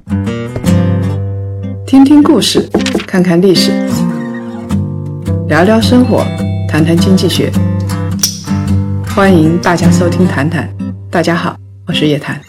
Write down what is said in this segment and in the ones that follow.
听听故事，看看历史，聊聊生活，谈谈经济学。欢迎大家收听谈谈。大家好，我是叶檀。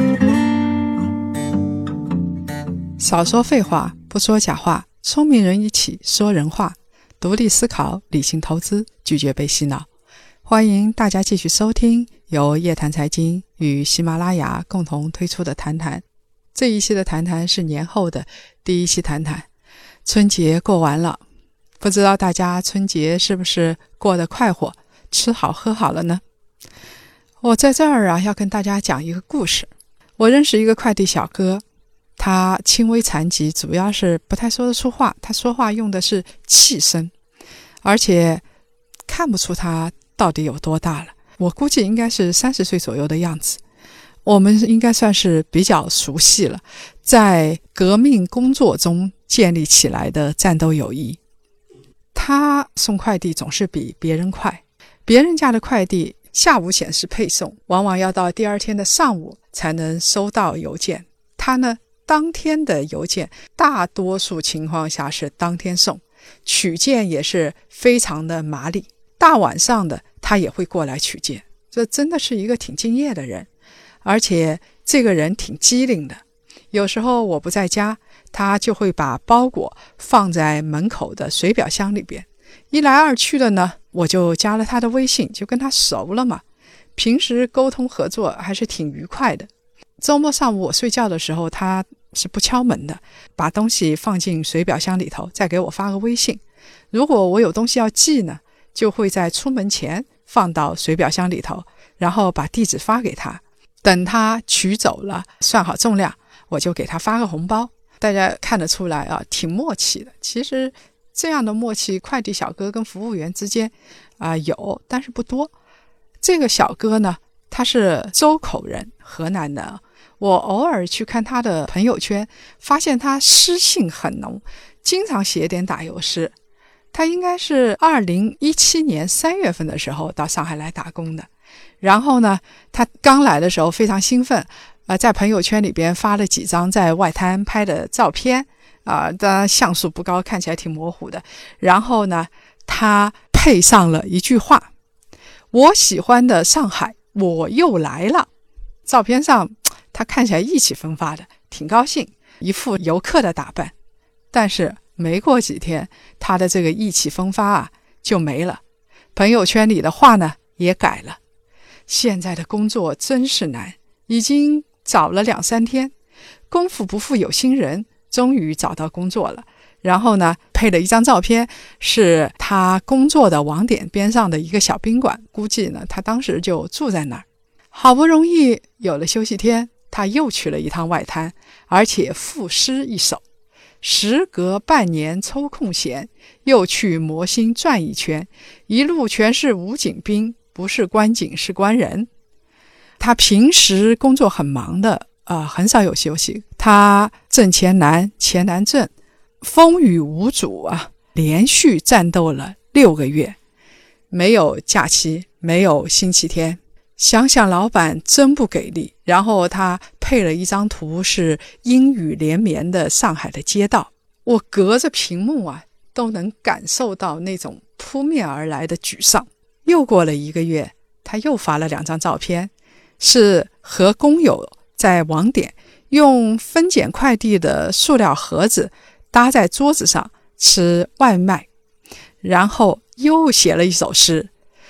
少说废话，不说假话，聪明人一起说人话，独立思考，理性投资，拒绝被洗脑。欢迎大家继续收听由叶檀财经与喜马拉雅共同推出的谈谈。这一期的谈谈是年后的第一期谈谈。春节过完了，不知道大家春节是不是过得快活，吃好喝好了呢？我在这儿要跟大家讲一个故事。我认识一个快递小哥，他轻微残疾，主要是不太说得出话，他说话用的是气声，而且看不出他到底有多大了，我估计应该是30岁左右的样子。我们应该算是比较熟悉了，在革命工作中建立起来的战斗友谊。他送快递总是比别人快，别人家的快递下午显示配送，往往要到第二天的上午才能收到邮件。他呢，当天的邮件大多数情况下是当天送，取件也是非常的麻利，大晚上的他也会过来取件。这真的是一个挺敬业的人，而且这个人挺机灵的。有时候我不在家，他就会把包裹放在门口的水表箱里边，一来二去的呢，我就加了他的微信，就跟他熟了嘛。平时沟通合作还是挺愉快的。周末上午我睡觉的时候，他是不敲门的，把东西放进水表箱里头，再给我发个微信。如果我有东西要寄呢，就会在出门前放到水表箱里头，然后把地址发给他。等他取走了，算好重量，我就给他发个红包。大家看得出来挺默契的。其实这样的默契，快递小哥跟服务员之间有，但是不多。这个小哥呢，他是周口人，河南的。我偶尔去看他的朋友圈，发现他诗性很浓，经常写点打油诗。他应该是2017年3月份的时候到上海来打工的。然后呢，他刚来的时候非常兴奋，在朋友圈里边发了几张在外滩拍的照片，当然像素不高，看起来挺模糊的。然后呢，他配上了一句话：我喜欢的上海，我又来了。照片上他看起来意气风发的，挺高兴，一副游客的打扮。但是没过几天，他的这个意气风发就没了，朋友圈里的话呢也改了。现在的工作真是难，已经找了2-3天，功夫不负有心人，终于找到工作了。然后呢，配了一张照片，是他工作的网点边上的一个小宾馆，估计呢他当时就住在那儿。好不容易有了休息天，他又去了一趟外滩，而且赋诗一首：时隔半年抽空闲，又去摩星转一圈，一路全是武警兵，不是官警是官人。他平时工作很忙的，很少有休息。他挣钱难，钱难挣，风雨无阻连续战斗了6个月，没有假期，没有星期天。想想老板真不给力。然后他配了一张图，是阴雨连绵的上海的街道。我隔着屏幕都能感受到那种扑面而来的沮丧。又过了1个月，他又发了2张照片，是和工友在网点用分拣快递的塑料盒子搭在桌子上吃外卖。然后又写了一首诗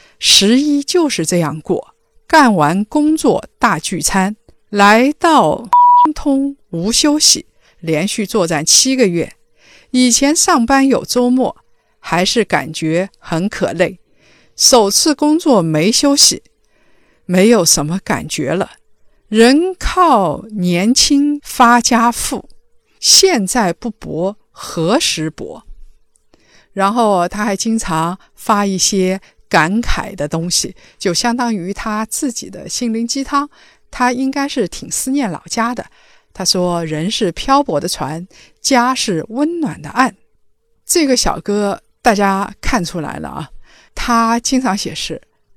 ：11就是这样过，干完工作大聚餐，来到通无休息，连续作战7个月。以前上班有周末，还是感觉很可累，首次工作没休息，没有什么感觉了。人靠年轻发家富，现在不搏何时搏？然后他还经常发一些感慨的东西，就相当于他自己的心灵鸡汤。他应该是挺思念老家的。他说人是漂泊的船，家是温暖的岸。这个小哥大家看出来了他经常写诗，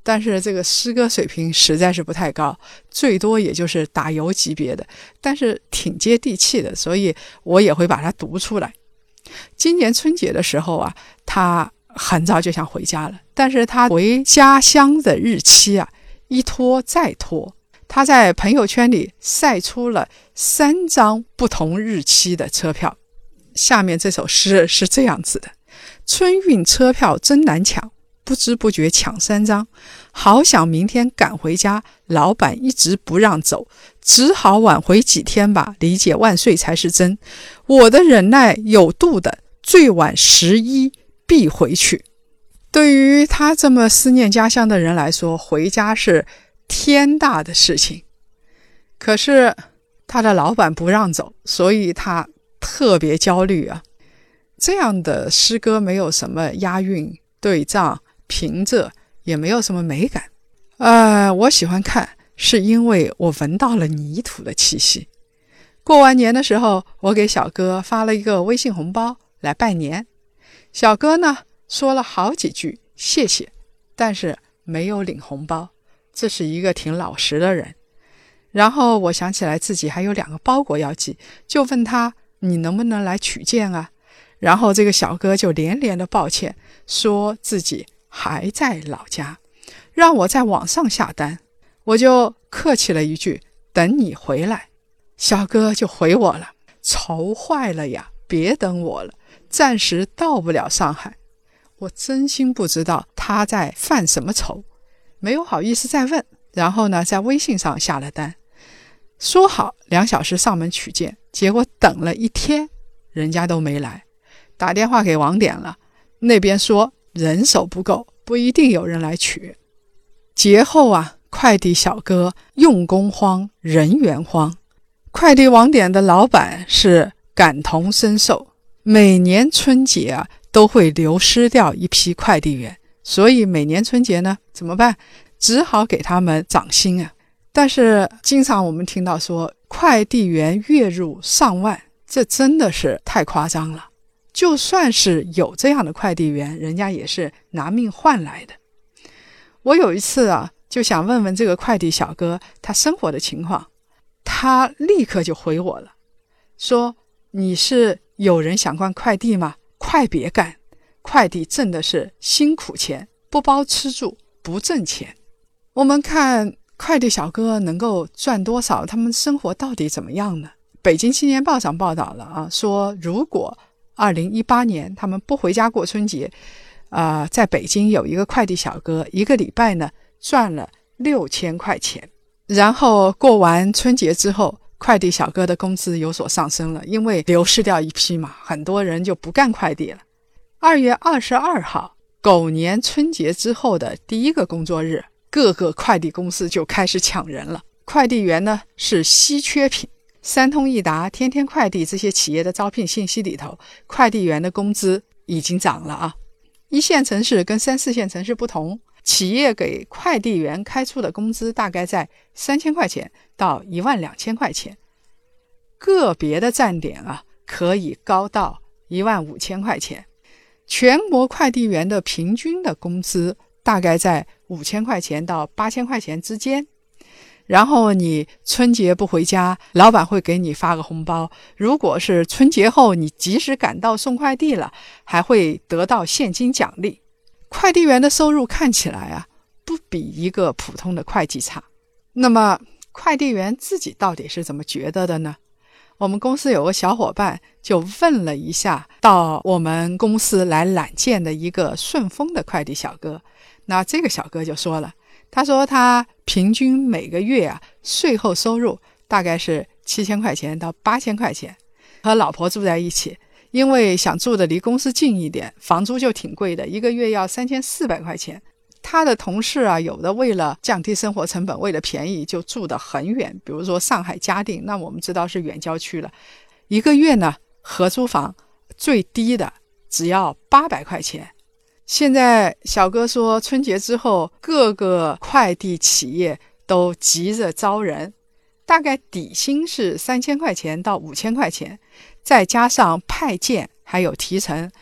但是这个诗歌水平实在是不太高，最多也就是打油级别的，但是挺接地气的，所以我也会把它读出来。今年春节的时候啊，他很早就想回家了，但是他回家乡的日期啊，一拖再拖。他在朋友圈里晒出了3张不同日期的车票。下面这首诗是这样子的：春运车票真难抢，不知不觉抢3张，好想明天赶回家，老板一直不让走，只好晚回几天吧，理解万岁才是真，我的忍耐有度的，最晚11必回去。对于他这么思念家乡的人来说，回家是天大的事情，可是他的老板不让走，所以他特别焦虑啊。这样的诗歌没有什么押韵、对仗、平仄，也没有什么美感。我喜欢看，是因为我闻到了泥土的气息。过完年的时候，我给小哥发了一个微信红包来拜年。小哥呢，说了好几句谢谢，但是没有领红包。这是一个挺老实的人。然后我想起来自己还有2个包裹要寄，就问他你能不能来取件啊？然后这个小哥就连连的抱歉，说自己还在老家，让我在网上下单。我就客气了一句，等你回来。小哥就回我了，愁坏了呀，别等我了，暂时到不了上海。我真心不知道他在犯什么愁，没有好意思再问。然后呢，在微信上下了单，说好2小时上门取件，结果等了1天，人家都没来。打电话给网点了，那边说人手不够，不一定有人来取。节后啊，快递小哥用工荒，人员荒。快递网点的老板是感同身受，每年春节啊都会流失掉一批快递员，所以每年春节呢怎么办？只好给他们涨薪啊。但是经常我们听到说快递员月入上万，这真的是太夸张了。就算是有这样的快递员，人家也是拿命换来的。我有一次啊，就想问问这个快递小哥他生活的情况，他立刻就回我了，说你是有人想干快递吗？快别干，快递挣的是辛苦钱，不包吃住，不挣钱。我们看快递小哥能够赚多少，他们生活到底怎么样呢？北京青年报上报道了啊，说如果2018年他们不回家过春节，在北京有一个快递小哥1个礼拜呢赚了6000块钱。然后过完春节之后，快递小哥的工资有所上升了，因为流失掉一批嘛，很多人就不干快递了。2月22号，狗年春节之后的第1个工作日，各个快递公司就开始抢人了。快递员呢是稀缺品，三通一达、天天快递这些企业的招聘信息里头，快递员的工资已经涨了啊。1线城市跟3、4线城市不同，企业给快递员开出的工资大概在3000块钱到12000块钱，个别的站点啊可以高到15000块钱。全国快递员的平均的工资大概在5000块钱到8000块钱之间。然后你春节不回家，老板会给你发个红包，如果是春节后你及时赶到送快递了，还会得到现金奖励。快递员的收入看起来啊，不比一个普通的会计差。那么快递员自己到底是怎么觉得的呢？我们公司有个小伙伴就问了一下到我们公司来揽件的一个顺丰的快递小哥，那这个小哥就说了，他说他平均每个月啊税后收入大概是7000块钱到8000块钱，和老婆住在一起，因为想住的离公司近一点，房租就挺贵的，一个月要3400块钱。他的同事啊，有的为了降低生活成本，为了便宜就住得很远，比如说上海嘉定，那我们知道是远郊区了，一个月呢合租房最低的只要800块钱。现在小哥说春节之后各个快递企业都急着招人，大概底薪是3000块钱到5000块钱，再加上派件还有提成，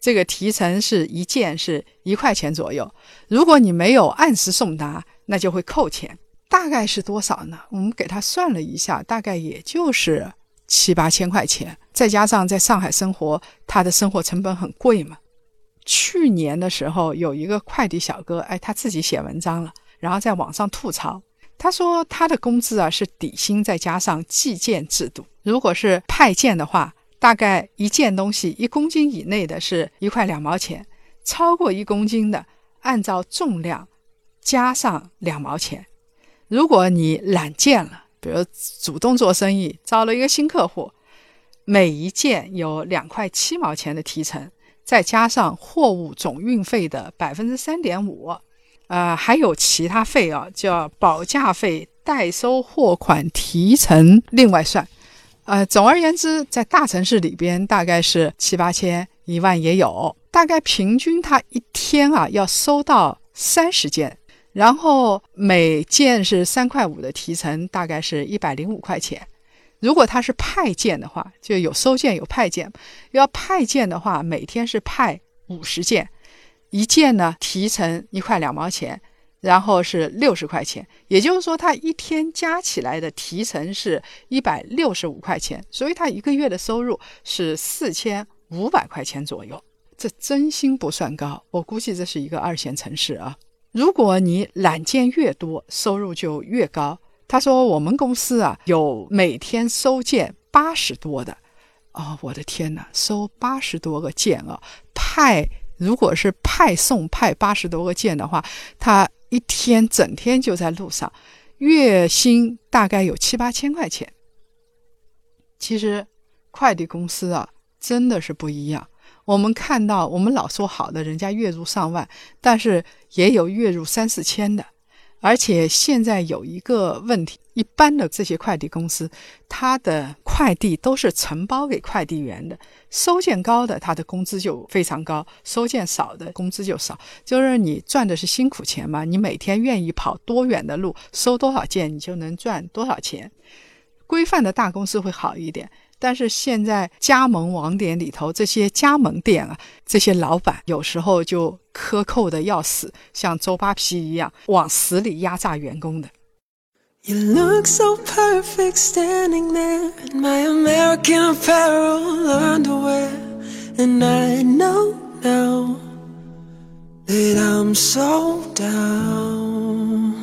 这个提成是一件是1块钱左右，如果你没有按时送达，那就会扣钱。大概是多少呢？我们给他算了一下，大概也就是7、8千块钱，再加上在上海生活，他的生活成本很贵嘛。去年的时候有一个快递小哥，他自己写文章了，然后在网上吐槽，他说他的工资是底薪再加上计件制度，如果是派件的话，大概一件东西1公斤以内的是1块2毛钱，超过1公斤的按照重量加上2毛钱。如果你揽件了，比如主动做生意，招了一个新客户，每一件有2块7毛钱的提成，再加上货物总运费的 3.5%，还有其他费叫保价费、代收货款提成另外算。总而言之，在大城市里边大概是7、8千、1万也有，大概平均他一天要收到30件，然后每件是3块5的提成，大概是105块钱。如果他是派件的话，就有收件有派件，要派件的话，每天是派50件，一件呢提成1块2毛钱，然后是60块钱，也就是说他一天加起来的提成是165块钱，所以他一个月的收入是4500块钱左右。这真心不算高，我估计这是一个2线城市啊。如果你揽件越多，收入就越高。他说我们公司有每天收件80多的，我的天哪，收80多个件如果是派送派80多个件的话，他一天整天就在路上，月薪大概有7、8千块钱。其实快递公司真的是不一样。我们看到我们老说好的人家月入上万，但是也有月入3、4千的。而且现在有一个问题，一般的这些快递公司，它的快递都是承包给快递员的，收件高的他的工资就非常高，收件少的工资就少，就是你赚的是辛苦钱嘛，你每天愿意跑多远的路，收多少件你就能赚多少钱。规范的大公司会好一点，但是现在加盟网点里头，这些加盟店这些老板有时候就克扣的要死，像周扒皮一样往死里压榨员工的。 You look so perfect standing there in my American Apparel underwear, and I know now that I'm so down,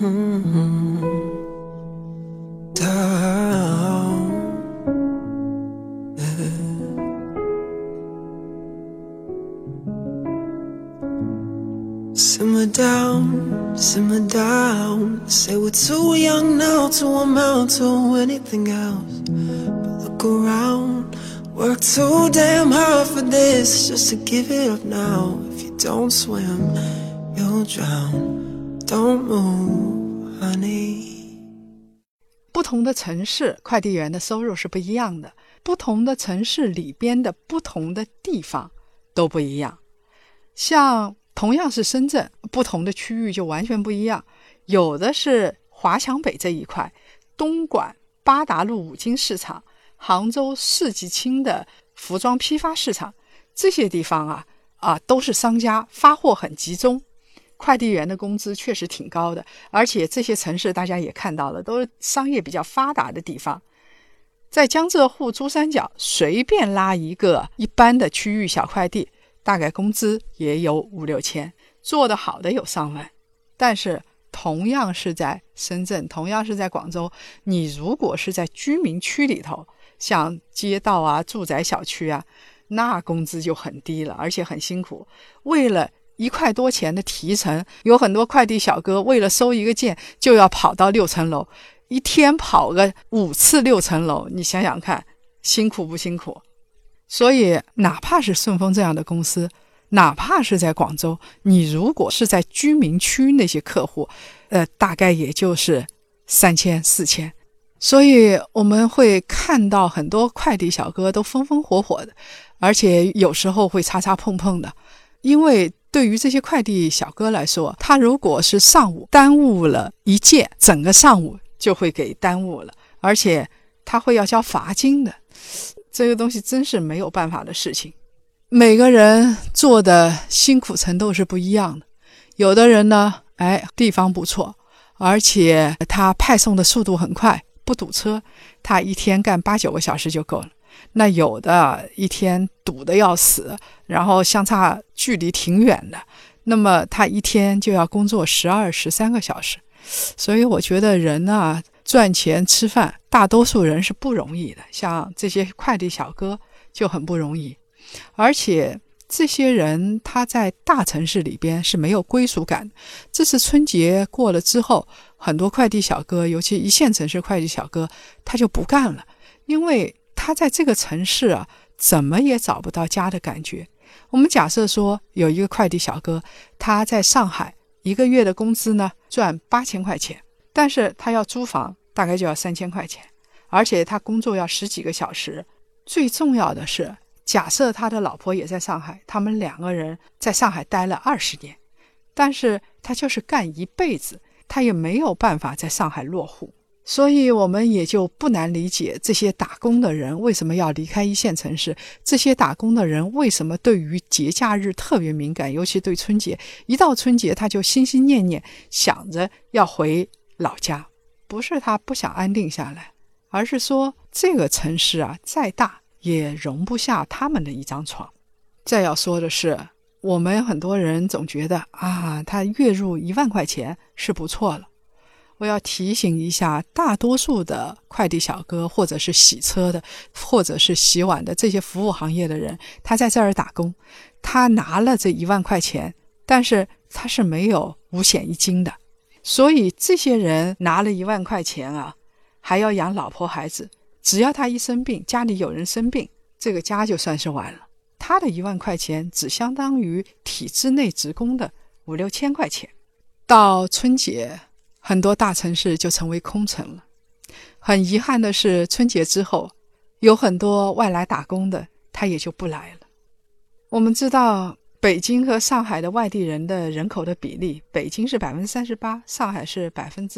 Simmer down, simmer down. Say we're too young now to amount to anything else. But look around, work too damn hard for this, just to give it up now. If you don't swim, you'll drown. Don't move, honey. 不同的城市，快递员的收入是不一样的。不同的城市里边的不同的地方都不一样。像同样是深圳，不同的区域就完全不一样。有的是华强北这一块，东莞八达路五金市场，杭州世纪青的服装批发市场，这些地方都是商家，发货很集中，快递员的工资确实挺高的。而且这些城市大家也看到了，都是商业比较发达的地方。在江浙沪珠三角随便拉一个一般的区域小快递，大概工资也有5、6千，做得好的有上万。但是同样是在深圳，同样是在广州，你如果是在居民区里头，像街道住宅小区那工资就很低了，而且很辛苦。为了1块多钱的提成，有很多快递小哥为了收一个件就要跑到6层楼，一天跑个5次6层楼，你想想看辛苦不辛苦。所以哪怕是顺丰这样的公司，哪怕是在广州，你如果是在居民区那些客户大概也就是3千4千。所以我们会看到很多快递小哥都风风火火的，而且有时候会擦擦碰碰的。因为对于这些快递小哥来说，他如果是上午耽误了一件，整个上午就会给耽误了，而且他会要交罚金的。这个东西真是没有办法的事情。 每个人做的辛苦程度是不一样的。有的人呢，地方不错，而且他派送的速度很快，不堵车，他一天干8-9个小时就够了。那有的一天堵得要死，然后相差距离挺远的，那么他一天就要工作12、13个小时。所以我觉得人啊，赚钱吃饭，大多数人是不容易的，像这些快递小哥就很不容易。而且这些人他在大城市里边是没有归属感。这次春节过了之后，很多快递小哥，尤其一线城市快递小哥，他就不干了，因为他在这个城市啊，怎么也找不到家的感觉。我们假设说有一个快递小哥，他在上海一个月的工资呢赚8000块钱，但是他要租房大概就要3000块钱，而且他工作要10几个小时。最重要的是，假设他的老婆也在上海，他们2个人在上海待了20年，但是他就是干一辈子，他也没有办法在上海落户。所以我们也就不难理解这些打工的人为什么要离开一线城市，这些打工的人为什么对于节假日特别敏感，尤其对春节，一到春节他就心心念念想着要回老家。不是他不想安定下来，而是说这个城市啊，再大也容不下他们的一张床。再要说的是，我们很多人总觉得啊，他月入1万块钱是不错了。我要提醒一下，大多数的快递小哥，或者是洗车的，或者是洗碗的，这些服务行业的人，他在这儿打工，他拿了这1万块钱，但是他是没有五险一金的。所以这些人拿了1万块钱啊，还要养老婆孩子，只要他一生病，家里有人生病，这个家就算是完了。他的1万块钱只相当于体制内职工的5、6千块钱。到春节，很多大城市就成为空城了。很遗憾的是，春节之后，有很多外来打工的，他也就不来了。我们知道，北京和上海的外地人的人口的比例，北京是 38%， 上海是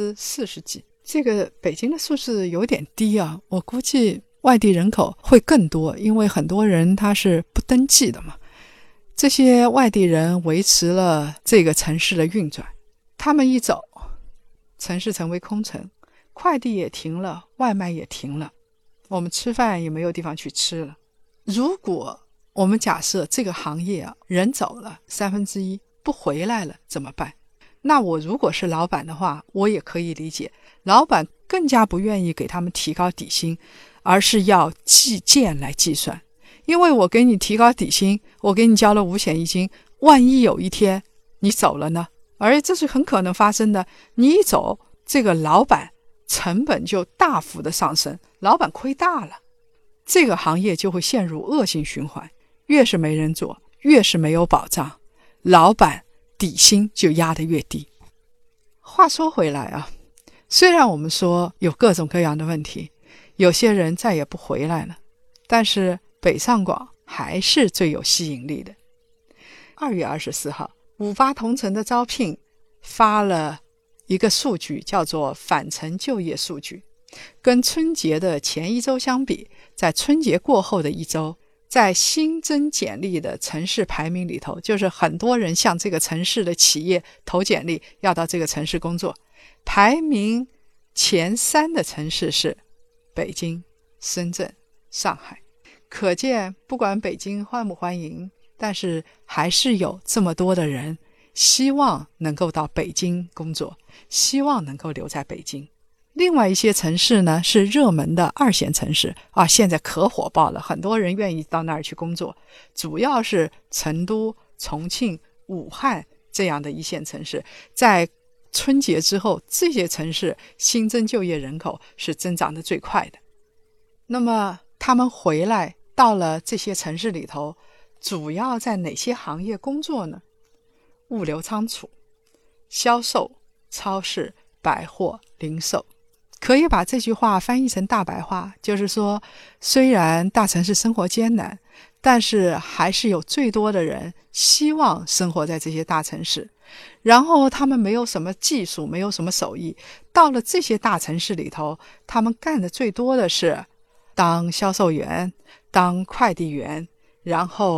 40几。这个北京的数字有点低啊，我估计外地人口会更多，因为很多人他是不登记的嘛。这些外地人维持了这个城市的运转，他们一走，城市成为空城，快递也停了，外卖也停了，我们吃饭也没有地方去吃了。如果我们假设这个行业啊，人走了1/3不回来了怎么办？那我如果是老板的话，我也可以理解，老板更加不愿意给他们提高底薪，而是要计件来计算。因为我给你提高底薪，我给你交了五险一金，万一有一天你走了呢？而这是很可能发生的，你一走，这个老板成本就大幅的上升，老板亏大了，这个行业就会陷入恶性循环，越是没人做，越是没有保障，老板底薪就压得越低。话说回来啊，虽然我们说有各种各样的问题，有些人再也不回来了，但是北上广还是最有吸引力的。2月24号，58同城的招聘发了一个数据，叫做返程就业数据。跟春节的前一周相比，在春节过后的一周，在新增简历的城市排名里头，就是很多人向这个城市的企业投简历要到这个城市工作，排名前3的城市是北京、深圳、上海。可见不管北京欢不欢迎，但是还是有这么多的人希望能够到北京工作，希望能够留在北京。另外一些城市呢，是热门的2线城市啊，现在可火爆了，很多人愿意到那儿去工作，主要是成都、重庆、武汉这样的1线城市。在春节之后，这些城市新增就业人口是增长的最快的。那么他们回来到了这些城市里头，主要在哪些行业工作呢？物流仓储、销售、超市、百货、零售。可以把这句话翻译成大白话，就是说，虽然大城市生活艰难，但是还是有最多的人希望生活在这些大城市，然后他们没有什么技术，没有什么手艺，到了这些大城市里头，他们干的最多的是当销售员、当快递员，然后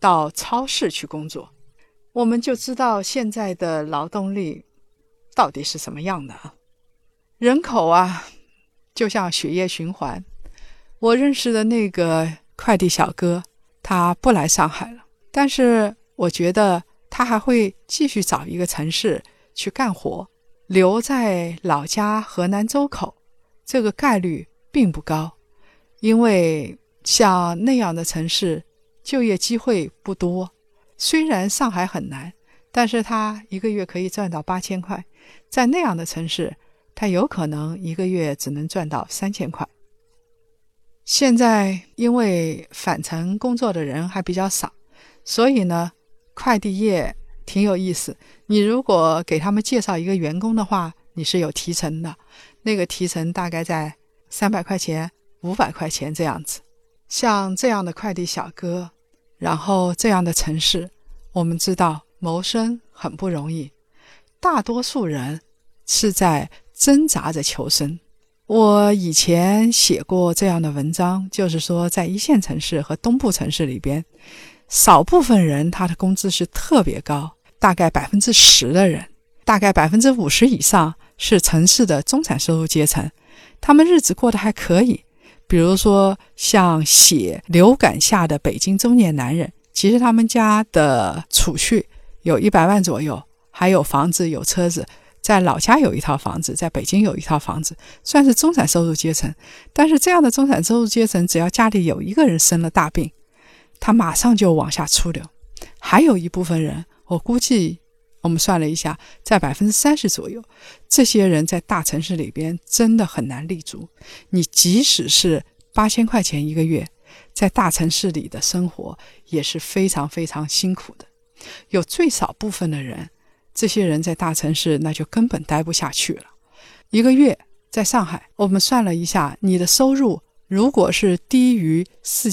到超市去工作，我们就知道现在的劳动力到底是什么样的。人口啊，就像血液循环。我认识的那个快递小哥，他不来上海了，但是我觉得他还会继续找一个城市去干活，留在老家河南周口，这个概率并不高，因为像那样的城市就业机会不多。虽然上海很难，但是他一个月可以赚到8000块，在那样的城市他有可能一个月只能赚到3000块。现在因为返程工作的人还比较少，所以呢，快递业挺有意思。你如果给他们介绍一个员工的话，你是有提成的，那个提成大概在300块钱、500块钱这样子。像这样的快递小哥，然后这样的城市，我们知道谋生很不容易，大多数人是在挣扎着求生。我以前写过这样的文章，就是说在一线城市和东部城市里边，少部分人他的工资是特别高，大概 10% 的人，大概 50% 以上是城市的中产收入阶层，他们日子过得还可以。比如说像写流感下的北京中年男人，其实他们家的储蓄有100万左右，还有房子有车子，在老家有一套房子，在北京有一套房子，算是中产收入阶层。但是这样的中产收入阶层，只要家里有一个人生了大病，他马上就往下出流。还有一部分人，我估计我们算了一下，在 30% 左右，这些人在大城市里边真的很难立足。你即使是8000块钱一个月，在大城市里的生活也是非常非常辛苦的。有最少部分的人，这些人在大城市那就根本待不下去了。一个月在上海，我们算了一下，你的收入如果是低于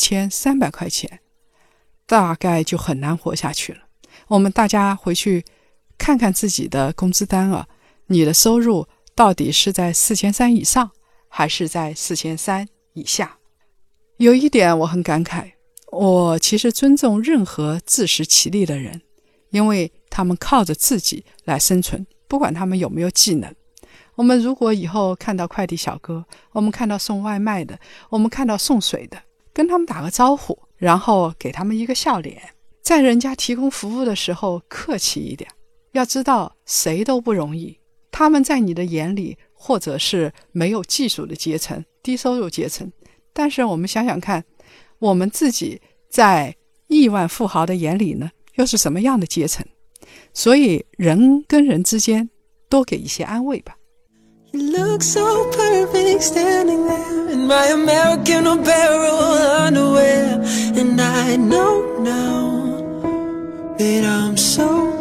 4300块钱，大概就很难活下去了。我们大家回去看看自己的工资单啊，你的收入到底是在4300以上，还是在4300以下？有一点我很感慨，我其实尊重任何自食其力的人，因为他们靠着自己来生存，不管他们有没有技能。我们如果以后看到快递小哥，我们看到送外卖的，我们看到送水的，跟他们打个招呼，然后给他们一个笑脸，在人家提供服务的时候客气一点。要知道谁都不容易，他们在你的眼里或者是没有技术的阶层，低收入阶层，但是我们想想看，我们自己在亿万富豪的眼里呢，又是什么样的阶层？所以人跟人之间多给一些安慰吧。 You look so perfect standing there in my American Apparel underwear, and I know now that I'm so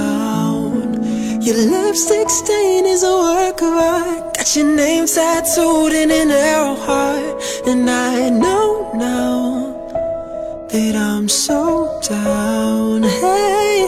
down. Your lipstick stain is a work of art, got your name tattooed in an arrow heart, and I know now that I'm so down. Hey,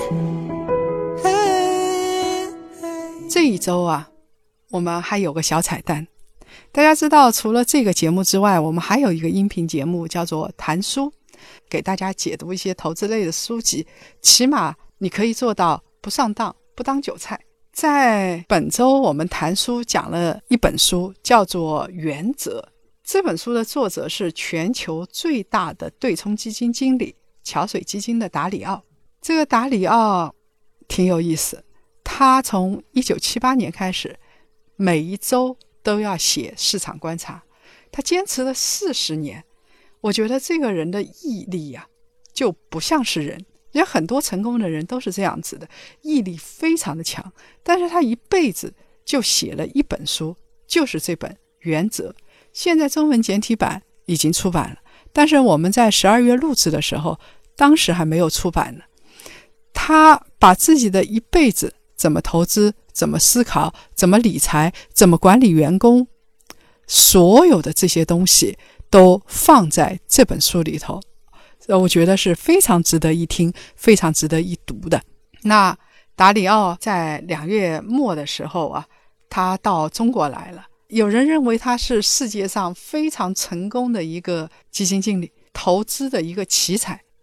hey, hey. 这一周啊，我们还有个小彩蛋。大家知道除了这个节目之外，我们还有一个音频节目叫做谈书，给大家解读一些投资类的书籍，起码你可以做到不上当不当韭菜。在本周我们谈书讲了一本书叫做《原则》，这本书的作者是全球最大的对冲基金经理桥水基金的达里奥。这个达里奥挺有意思，他从1978年开始每一周都要写市场观察，他坚持了40年。我觉得这个人的毅力啊，就不像是人。有很多成功的人都是这样子的，毅力非常的强，但是他一辈子就写了一本书，就是这本《原则》。现在中文简体版已经出版了，但是我们在12月录制的时候，当时还没有出版呢。他把自己的一辈子怎么投资，怎么思考，怎么理财，怎么管理员工，所有的这些东西都放在这本书里头，我觉得是非常值得一听，非常值得一读的。那达里奥在2月末的时候啊，他到中国来了。有人认为他是世界上非常成功的一个基金经理，投资的一个奇才。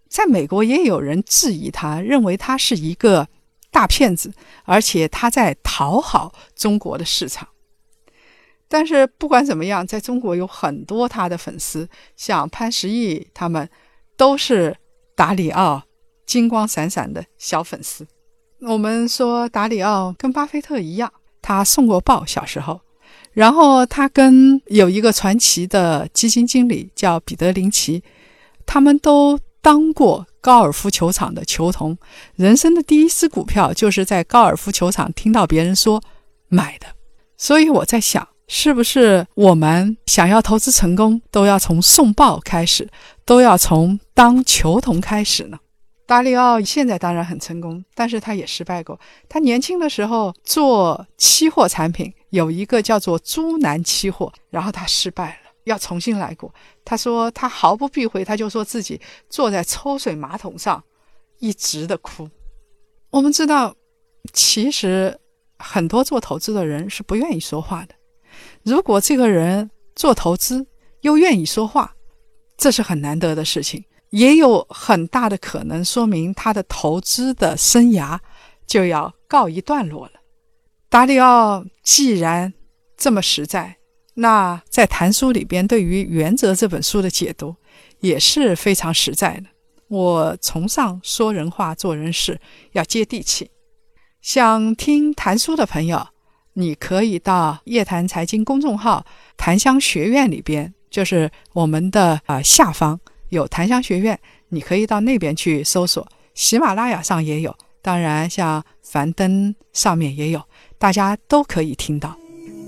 在美国也有人质疑他，认为他是一个大骗子，而且他在讨好中国的市场。但是不管怎么样，在中国有很多他的粉丝，像潘石屹他们都是达里奥金光闪闪的小粉丝。我们说达里奥跟巴菲特一样，他送过报小时候，然后他跟有一个传奇的基金经理叫彼得林奇，他们都当过高尔夫球场的球童，人生的第一支股票就是在高尔夫球场听到别人说买的。所以我在想，是不是我们想要投资成功，都要从送报开始，都要从当球童开始呢？达里奥现在当然很成功，但是他也失败过。他年轻的时候做期货产品，有一个叫做猪腩期货，然后他失败了，要重新来过。他说他毫不避讳，他就说自己坐在抽水马桶上一直的哭。我们知道，其实很多做投资的人是不愿意说话的。如果这个人做投资又愿意说话，这是很难得的事情，也有很大的可能说明他的投资的生涯就要告一段落了。达里奥既然这么实在，那在谈书里边对于《原则》这本书的解读也是非常实在的。我崇尚说人话做人事，要接地气。想听谈书的朋友，你可以到夜谈财经公众号檀香学院里边，就是我们的下方有檀香学院，你可以到那边去搜索。喜马拉雅上也有，当然像樊登上面也有，大家都可以听到。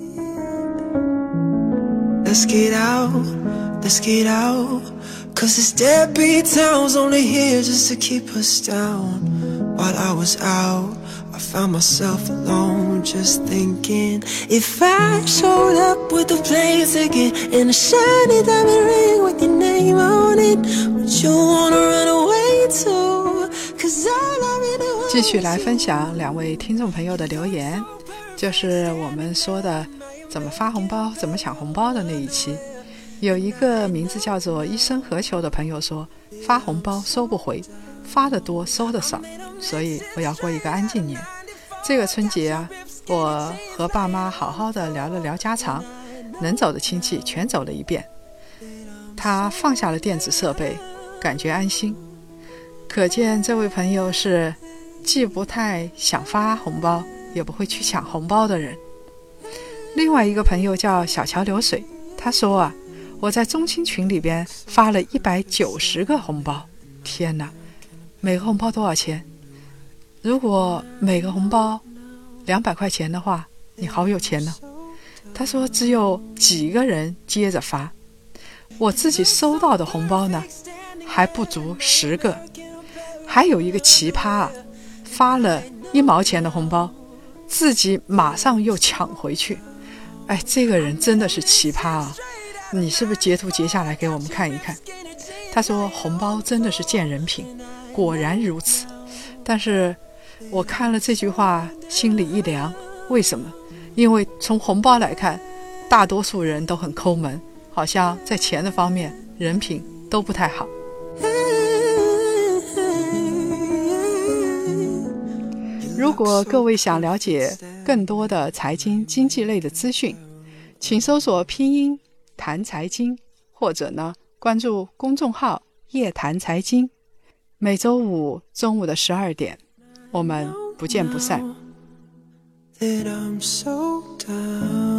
Let's get out, cause this deadbeat town's only here just to keep us down. While I was out, I found myself alone, just thinking, if I showed up with a plane ticket and a shiny diamond ring with your name on it, would you wanna run away too? Cause all I really want. 继续来分享两位听众朋友的留言，就是我们说的怎么发红包怎么抢红包的那一期。有一个名字叫做一生何求的朋友说，发红包收不回，发得多收得少，所以我要过一个安静年。这个春节啊，我和爸妈好好的聊了聊家常，能走的亲戚全走了一遍。他放下了电子设备，感觉安心。可见这位朋友是既不太想发红包，也不会去抢红包的人。另外一个朋友叫小桥流水，他说啊，我在中青群里边发了190个红包，天哪，每个红包多少钱？如果每个红包200块钱的话，你好有钱呢。他说只有几个人接着发，我自己收到的红包呢还不足10个。还有一个奇葩啊，发了1毛钱的红包，自己马上又抢回去。哎，这个人真的是奇葩啊！你是不是截图截下来给我们看一看？他说红包真的是见人品，果然如此。但是我看了这句话心里一凉，为什么？因为从红包来看，大多数人都很抠门，好像在钱的方面人品都不太好。如果各位想了解更多的财经经济类的资讯，请搜索拼音谈财经，或者呢关注公众号夜谈财经。每周五中午的12点，我们不见不散。 That I'm so down.